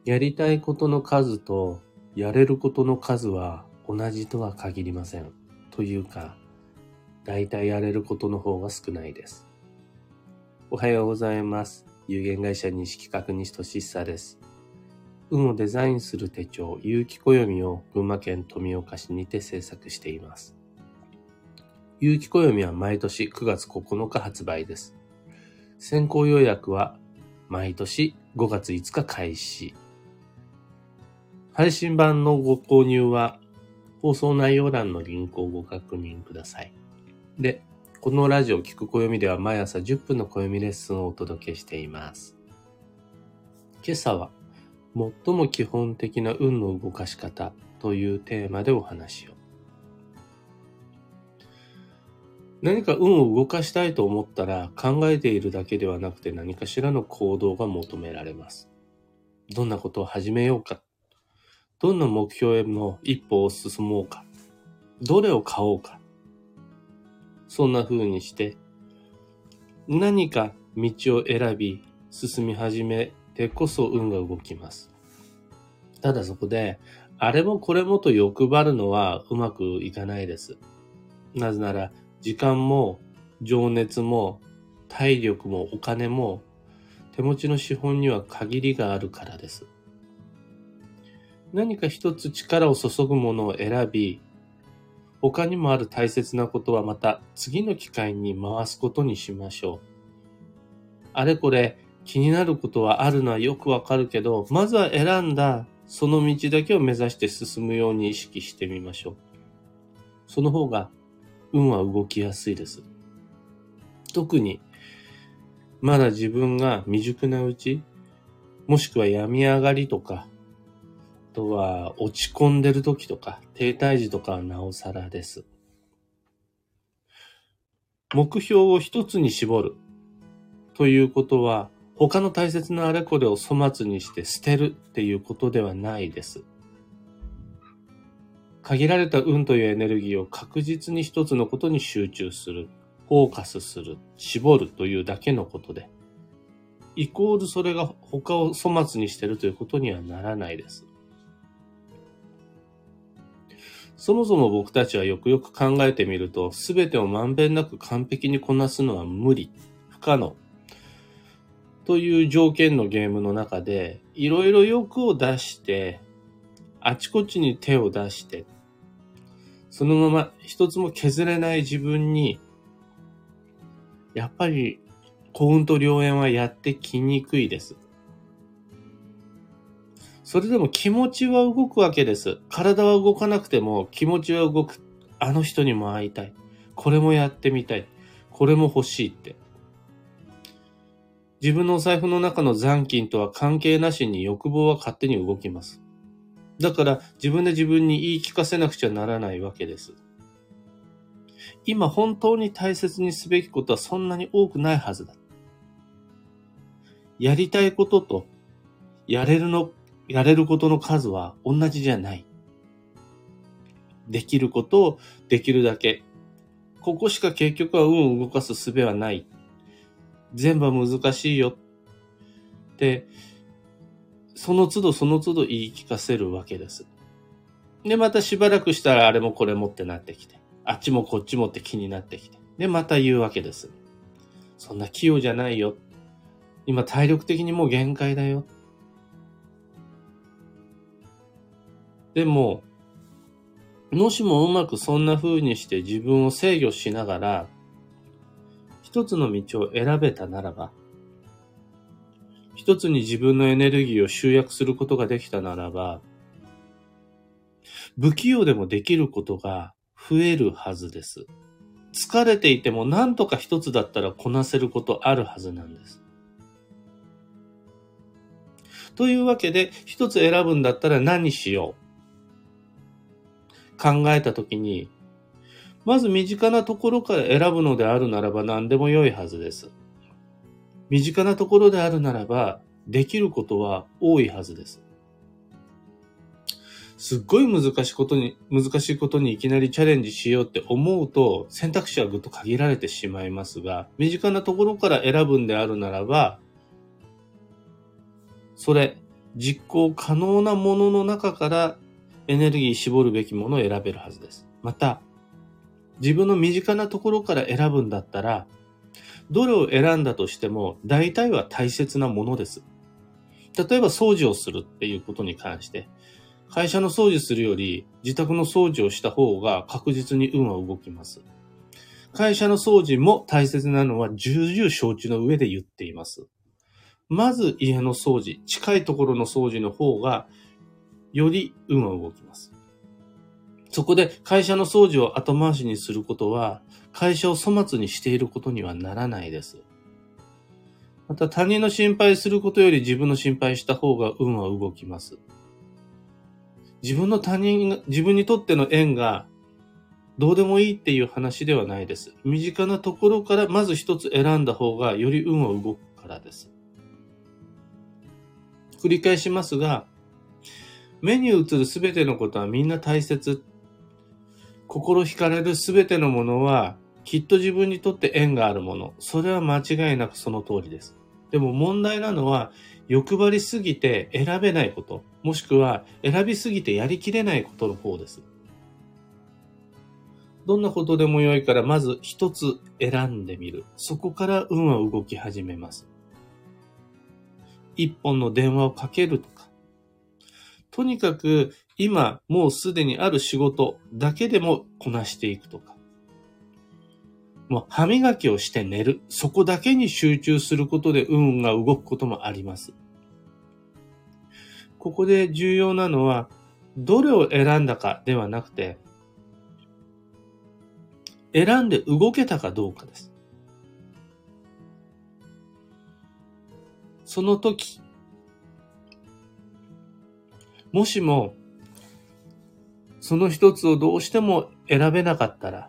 やりたいことの数とやれることの数は同じとは限りません。というか、だいたいやれることの方が少ないです。おはようございます。有限会社西企画西俊久です。運をデザインする手帳、有機暦を群馬県富岡市にて制作しています。有機暦は毎年9月9日発売です。先行予約は毎年5月5日開始。配信版のご購入は放送内容欄のリンクをご確認ください。で、このラジオ聞く暦では毎朝10分の暦レッスンをお届けしています。今朝は最も基本的な運の動かし方というテーマでお話を。何か運を動かしたいと思ったら考えているだけではなくて何かしらの行動が求められます。どんなことを始めようか。どんな目標への一歩を進もうか。どれを買おうか。そんな風にして何か道を選び進み始めてこそ運が動きます。ただそこであれもこれもと欲張るのはうまくいかないです。なぜなら時間も情熱も体力もお金も手持ちの資本には限りがあるからです。何か一つ力を注ぐものを選び、他にもある大切なことはまた次の機会に回すことにしましょう。あれこれ気になることはあるのはよくわかるけど、まずは選んだその道だけを目指して進むように意識してみましょう。その方が運は動きやすいです。特にまだ自分が未熟なうち、もしくは病み上がりとか、あとは落ち込んでる時とか停滞時とかはなおさらです。目標を一つに絞るということは他の大切なあれこれを粗末にして捨てるっていうことではないです。限られた運というエネルギーを確実に一つのことに集中する、フォーカスする、絞るというだけのことで、イコールそれが他を粗末にしているということにはならないです。そもそも僕たちはよくよく考えてみると、すべてをまんべんなく完璧にこなすのは無理、不可能という条件のゲームの中で、いろいろ欲を出して、あちこちに手を出して、そのまま一つも削れない自分に、やっぱり幸運と良縁はやってきにくいです。それでも気持ちは動くわけです。体は動かなくても気持ちは動く。あの人にも会いたい。これもやってみたい。これも欲しいって。自分のお財布の中の残金とは関係なしに欲望は勝手に動きます。だから自分で自分に言い聞かせなくちゃならないわけです。今本当に大切にすべきことはそんなに多くないはずだ。やりたいこととやれることの数は同じじゃない。できることをできるだけ。ここしか結局は運を動かす術はない。全部は難しいよ。って、その都度その都度言い聞かせるわけです。で、またしばらくしたらあれもこれもってなってきて、あっちもこっちもって気になってきて、で、また言うわけです。そんな器用じゃないよ。今体力的にもう限界だよ。でも、もしもうまくそんな風にして自分を制御しながら、一つの道を選べたならば、一つに自分のエネルギーを集約することができたならば、不器用でもできることが増えるはずです。疲れていても何とか一つだったらこなせることあるはずなんです。というわけで、一つ選ぶんだったら何しよう。考えたときに、まず身近なところから選ぶのであるならば何でも良いはずです。身近なところであるならばできることは多いはずです。すっごい難しいことにいきなりチャレンジしようって思うと選択肢はぐっと限られてしまいますが、身近なところから選ぶんであるならば、それ実行可能なものの中からエネルギー絞るべきものを選べるはずです。また、自分の身近なところから選ぶんだったら、どれを選んだとしても大体は大切なものです。例えば掃除をするっていうことに関して、会社の掃除するより自宅の掃除をした方が確実に運は動きます。会社の掃除も大切なのは重々承知の上で言っています。まず家の掃除、近いところの掃除の方がより運は動きます。そこで会社の掃除を後回しにすることは会社を粗末にしていることにはならないです。また他人の心配することより自分の心配した方が運は動きます。自分にとっての縁がどうでもいいっていう話ではないです。身近なところからまず一つ選んだ方がより運は動くからです。繰り返しますが、目に映るすべてのことはみんな大切。心惹かれるすべてのものはきっと自分にとって縁があるもの。それは間違いなくその通りです。でも問題なのは欲張りすぎて選べないこと、もしくは選びすぎてやりきれないことの方です。どんなことでもよいからまず一つ選んでみる。そこから運は動き始めます。一本の電話をかけるとか。とにかく今もうすでにある仕事だけでもこなしていくとか。もう歯磨きをして寝る。そこだけに集中することで運が動くこともあります。ここで重要なのは、どれを選んだかではなくて、選んで動けたかどうかです。その時、もしも、その一つをどうしても選べなかったら、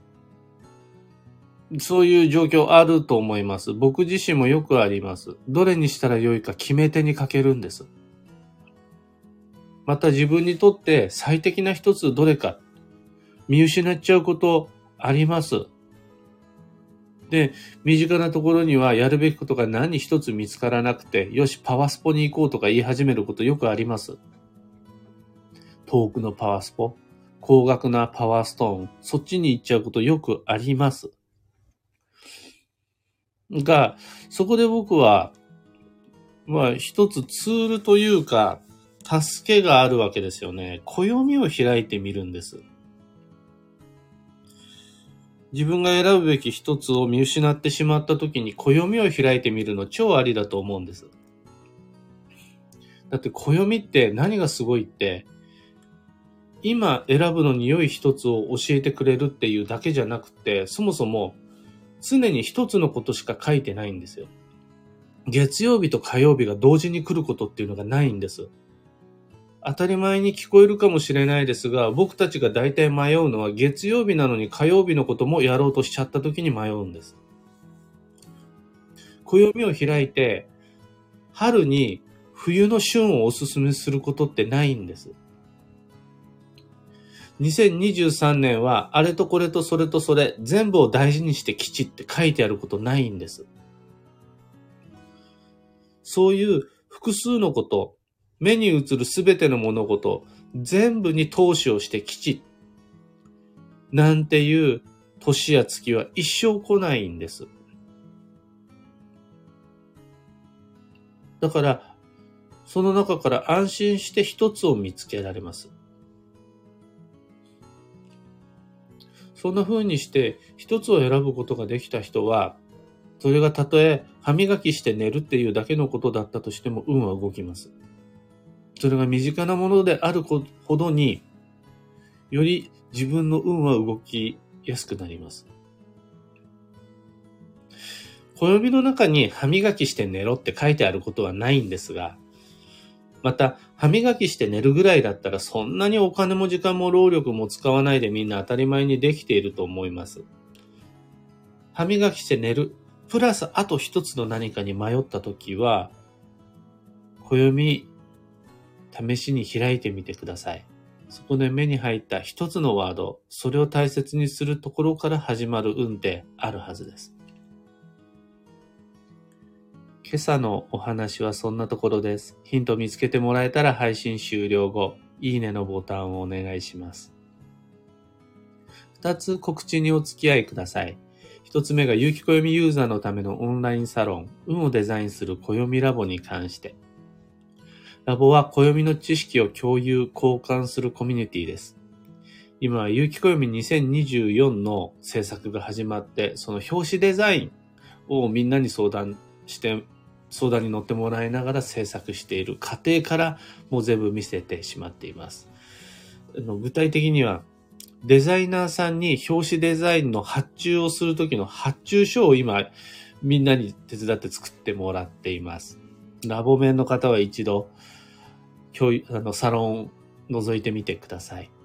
そういう状況あると思います。僕自身もよくあります。どれにしたらよいか決め手にかけるんです。また自分にとって最適な一つどれか見失っちゃうことあります。で、身近なところにはやるべきことが何一つ見つからなくて、よし、パワスポに行こうとか言い始めることよくあります。遠くのパワースポ、高額なパワーストーン、そっちに行っちゃうことよくあります。が、そこで僕は、一つツールというか、助けがあるわけですよね。暦を開いてみるんです。自分が選ぶべき一つを見失ってしまった時に暦を開いてみるの超ありだと思うんです。だって暦って何がすごいって、今選ぶのに良い一つを教えてくれるっていうだけじゃなくて、そもそも常に一つのことしか書いてないんですよ。月曜日と火曜日が同時に来ることっていうのがないんです。当たり前に聞こえるかもしれないですが、僕たちが大体迷うのは月曜日なのに火曜日のこともやろうとしちゃった時に迷うんです。暦を開いて、春に冬の旬をおすすめすることってないんです。2023年はあれとこれとそれとそれ全部を大事にしてきちって書いてあることないんです。そういう複数のこと、目に映るすべての物事、全部に投資をしてきちなんていう年や月は一生来ないんです。だから、その中から安心して一つを見つけられます。そんな風にして一つを選ぶことができた人は、それがたとえ歯磨きして寝るっていうだけのことだったとしても運は動きます。それが身近なものであるほどに、より自分の運は動きやすくなります。暦の中に歯磨きして寝ろって書いてあることはないんですが、また歯磨きして寝るぐらいだったらそんなにお金も時間も労力も使わないでみんな当たり前にできていると思います。歯磨きして寝る、プラスあと一つの何かに迷ったときは、暦試しに開いてみてください。そこで目に入った一つのワード、それを大切にするところから始まる運ってあるはずです。 今朝のお話はそんなところです。ヒント見つけてもらえたら配信終了後、いいねのボタンをお願いします。2つ告知にお付き合いください。1つ目が有機暦ユーザーのためのオンラインサロン、運をデザインする暦ラボに関して。ラボは暦の知識を共有、交換するコミュニティです。今は有機暦2024の制作が始まって、その表紙デザインをみんなに相談に乗ってもらいながら制作している過程からもう全部見せてしまっています。具体的にはデザイナーさんに表紙デザインの発注をするときの発注書を今みんなに手伝って作ってもらっています。ラボ面の方は一度サロン覗いてみてください。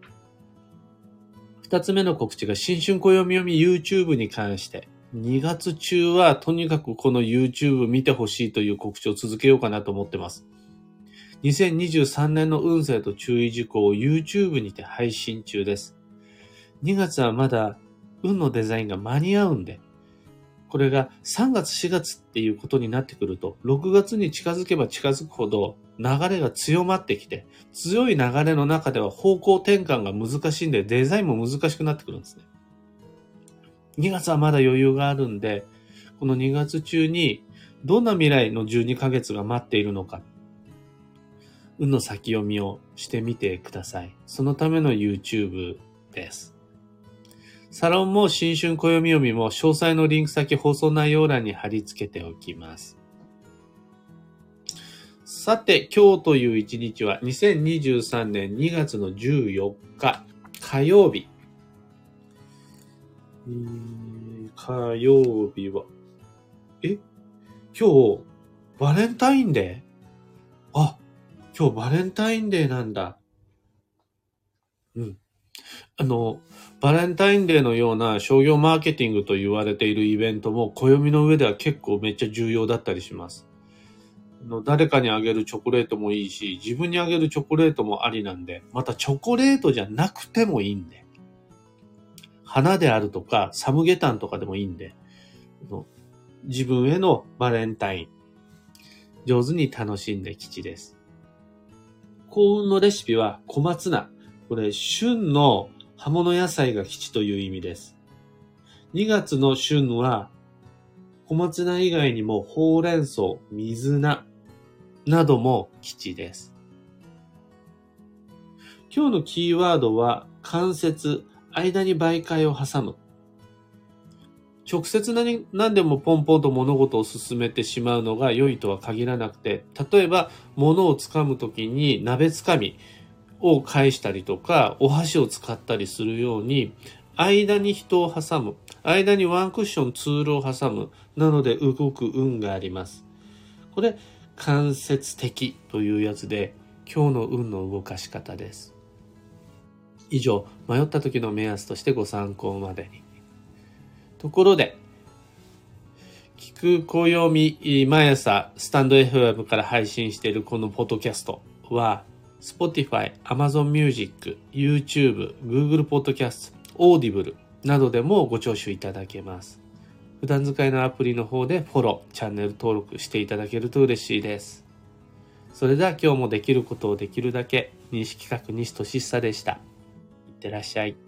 二つ目の告知が新春暦読み YouTube に関して、2月中はとにかくこの YouTube 見てほしいという告知を続けようかなと思ってます。2023年の運勢と注意事項を YouTube にて配信中です。2月はまだ運のデザインが間に合うんで、これが3月4月っていうことになってくると、6月に近づけば近づくほど流れが強まってきて、強い流れの中では方向転換が難しいんで、デザインも難しくなってくるんですね。2月はまだ余裕があるんで、この2月中にどんな未来の12ヶ月が待っているのか、運の先読みをしてみてください。そのための YouTube です。サロンも新春暦読みも詳細のリンク先放送内容欄に貼り付けておきます。さて、今日という一日は2023年2月の14日火曜日。火曜日は、今日、バレンタインデー？今日バレンタインデーなんだ。バレンタインデーのような商業マーケティングと言われているイベントも暦の上では結構めっちゃ重要だったりします。誰かにあげるチョコレートもいいし、自分にあげるチョコレートもありなんで、またチョコレートじゃなくてもいいんで。花であるとか、サムゲタンとかでもいいんで、自分へのバレンタイン、上手に楽しんで吉です。幸運のレシピは小松菜。これ、旬の葉物野菜が吉という意味です。2月の旬は、小松菜以外にもほうれん草、水菜なども吉です。今日のキーワードは、間接、間に媒介を挟む。直接何でもポンポンと物事を進めてしまうのが良いとは限らなくて、例えば物を掴むときに鍋つかみを返したりとか、お箸を使ったりするように、間に人を挟む、間にワンクッションツールを挟む、なので動く運があります。これ、間接的というやつで、今日の運の動かし方です。以上、迷った時の目安としてご参考までに。ところで、聞く暦毎朝スタンド FM から配信しているこのポッドキャストは、Spotify、Amazon Music、YouTube、Google Podcast、Audible などでもご聴取いただけます。普段使いのアプリの方でフォロー、チャンネル登録していただけると嬉しいです。それでは今日もできることをできるだけ、西企画西俊久でした。いってらっしゃい。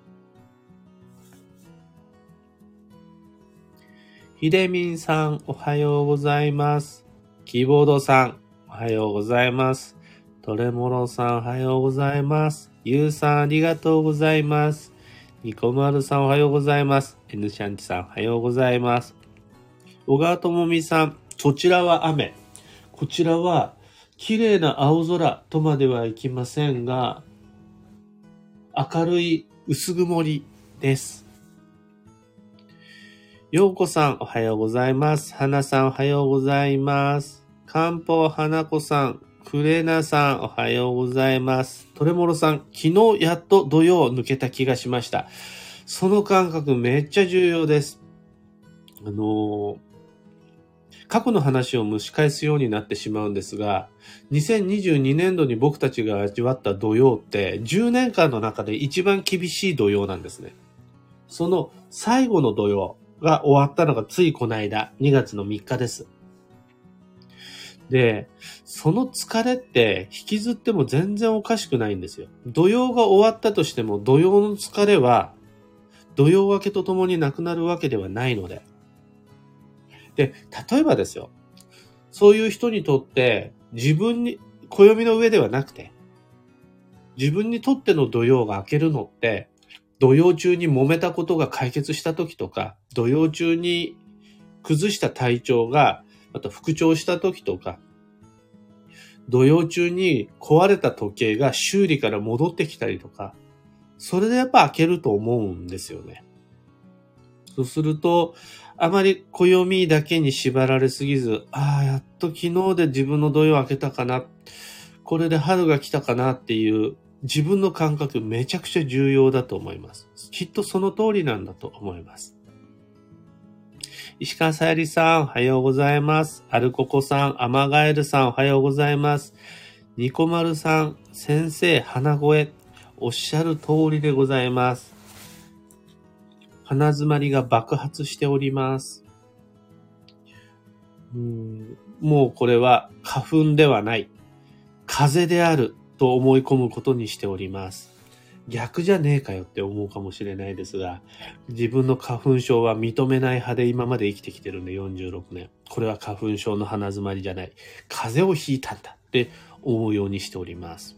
ひでみんさん、おはようございます。キーボードさん、おはようございます。トレモロさん、おはようございます。ゆうさん、ありがとうございます。ニコマルさん、おはようございます。N シャンチさん、おはようございます。小川ともみさん、そちらは雨。こちらは、綺麗な青空とまではいきませんが、明るい薄曇りです。ようこさん、おはようございます。はなさん、おはようございます。かんぽうはなこさん、くれなさん、おはようございます。トレモロさん、昨日やっと土曜抜けた気がしました。その感覚めっちゃ重要です。過去の話を蒸し返すようになってしまうんですが、2022年度に僕たちが味わった土曜って10年間の中で一番厳しい土曜なんですね。その最後の土曜が終わったのがついこの間2月の3日です。 で、その疲れって引きずっても全然おかしくないんですよ。土曜が終わったとしても、土曜の疲れは土曜明けとともになくなるわけではないので。で、例えばですよ。そういう人にとって自分に、暦の上ではなくて、自分にとっての土曜が明けるのって、土曜中に揉めたことが解決した時とか、土曜中に崩した体調がまた復調した時とか、土曜中に壊れた時計が修理から戻ってきたりとか、それでやっぱ開けると思うんですよね。そうすると、あまり暦だけに縛られすぎず、やっと昨日で自分の土曜開けたかな、これで春が来たかなっていう自分の感覚めちゃくちゃ重要だと思います。きっとその通りなんだと思います。石川さゆりさん、おはようございます。アルココさん、アマガエルさん、おはようございます。ニコマルさん、先生、鼻声、おっしゃる通りでございます。鼻詰まりが爆発しております。もうこれは花粉ではない、風邪であると思い込むことにしております。逆じゃねえかよって思うかもしれないですが、自分の花粉症は認めない派で今まで生きてきてるんで46年。これは花粉症の鼻詰まりじゃない。風邪をひいたんだって思うようにしております。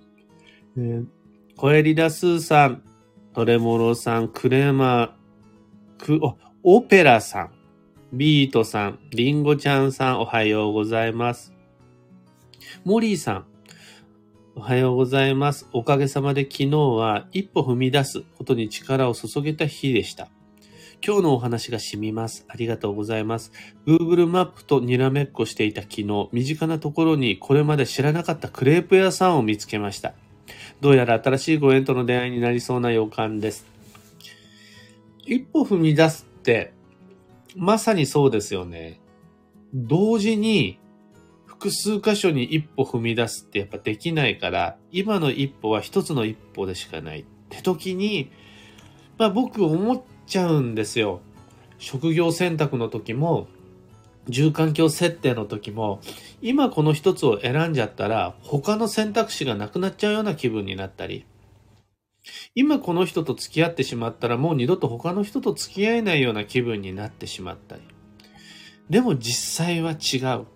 コエリダスーさん、トレモロさん、クレーマー、オペラさん、ビートさん、リンゴちゃんさん、おはようございます。モリーさん、おはようございます。おかげさまで昨日は一歩踏み出すことに力を注げた日でした。今日のお話が染みます。ありがとうございます。Google マップとにらめっこしていた昨日、身近なところにこれまで知らなかったクレープ屋さんを見つけました。どうやら新しいご縁との出会いになりそうな予感です。一歩踏み出すって、まさにそうですよね。同時に複数箇所に一歩踏み出すってやっぱできないから、今の一歩は一つの一歩でしかないって時に、僕思っちゃうんですよ。職業選択の時も、住環境設定の時も、今この一つを選んじゃったら、他の選択肢がなくなっちゃうような気分になったり、今この人と付き合ってしまったらもう二度と他の人と付き合えないような気分になってしまったり。でも実際は違う。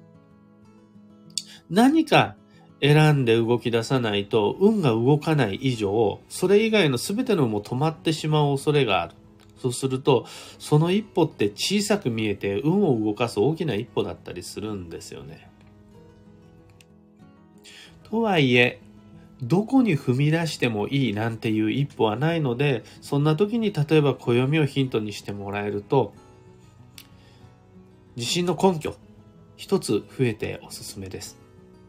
何か選んで動き出さないと運が動かない以上、それ以外の全てのも止まってしまう恐れがある。そうすると、その一歩って小さく見えて運を動かす大きな一歩だったりするんですよね。とはいえ、どこに踏み出してもいいなんていう一歩はないので、そんな時に例えば暦をヒントにしてもらえると、自信の根拠、一つ増えておすすめです。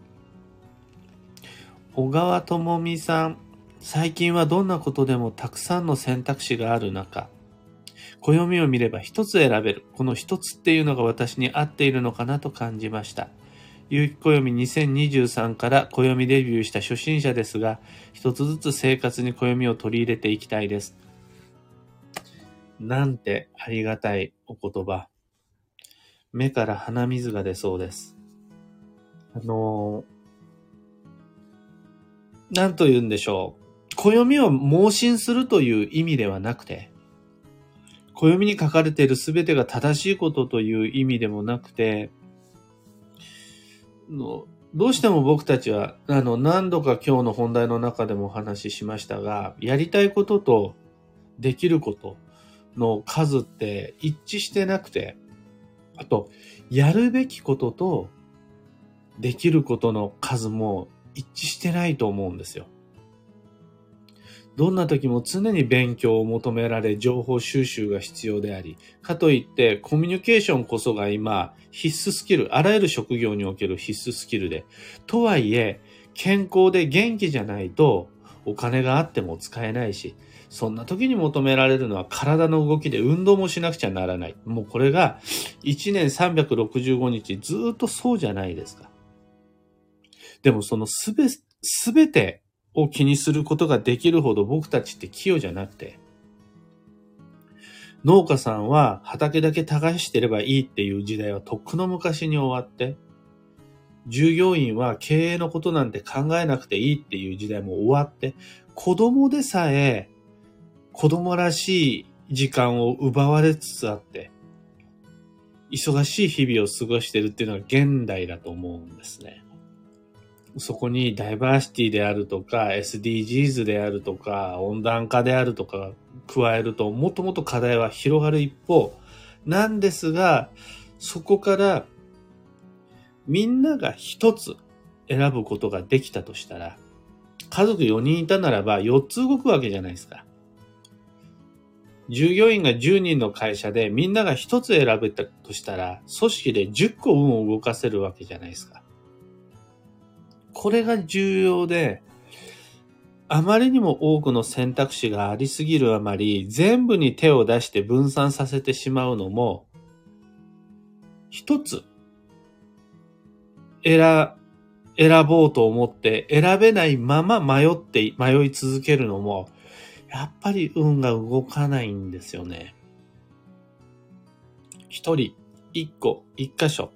小川智美さん、最近はどんなことでもたくさんの選択肢がある中、暦を見れば一つ選べる。この一つっていうのが私に合っているのかなと感じました。有機暦2023から暦デビューした初心者ですが、一つずつ生活に暦を取り入れていきたいです。なんてありがたいお言葉。目から鼻水が出そうです。なんと言うんでしょう。暦を盲信するという意味ではなくて、暦に書かれているすべてが正しいことという意味でもなくて、どうしても僕たちは、何度か今日の本題の中でもお話ししましたが、やりたいこととできることの数って一致してなくて、あと、やるべきこととできることの数も一致してないと思うんですよ。どんな時も常に勉強を求められ、情報収集が必要であり、かといってコミュニケーションこそが今必須スキル、あらゆる職業における必須スキルで、とはいえ健康で元気じゃないとお金があっても使えないし、そんな時に求められるのは体の動きで運動もしなくちゃならない。もうこれが1年365日ずっとそうじゃないですか。でもそのすべてを気にすることができるほど僕たちって器用じゃなくて、農家さんは畑だけ耕してればいいっていう時代はとっくの昔に終わって、 従業員は経営のことなんて考えなくていいっていう時代も終わって、子供でさえ子供らしい時間を奪われつつあって、忙しい日々を過ごしているっていうのが現代だと思うんですね。そこにダイバーシティであるとか SDGs であるとか温暖化であるとか加えるともっともっと課題は広がる一方なんですが、そこからみんなが一つ選ぶことができたとしたら、家族4人いたならば4つ動くわけじゃないですか。従業員が10人の会社でみんなが一つ選べたとしたら、組織で10個運を動かせるわけじゃないですか。これが重要で、あまりにも多くの選択肢がありすぎるあまり、全部に手を出して分散させてしまうのも、一つ選ぼうと思って選べないまま迷い続けるのも、やっぱり運が動かないんですよね。一人、一個、一箇所。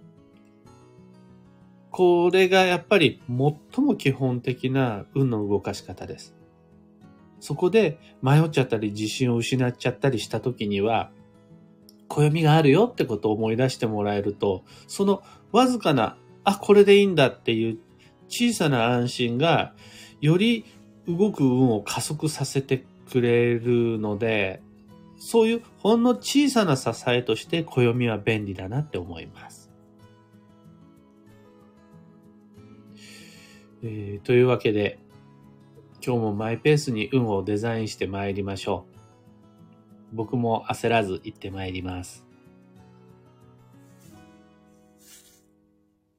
これがやっぱり最も基本的な運の動かし方です。そこで迷っちゃったり自信を失っちゃったりした時には、暦があるよってことを思い出してもらえると、そのわずかな、これでいいんだっていう小さな安心が、より動く運を加速させてくれるので、そういうほんの小さな支えとして暦は便利だなって思います。というわけで、今日もマイペースに運をデザインして参りましょう。僕も焦らず行って参ります。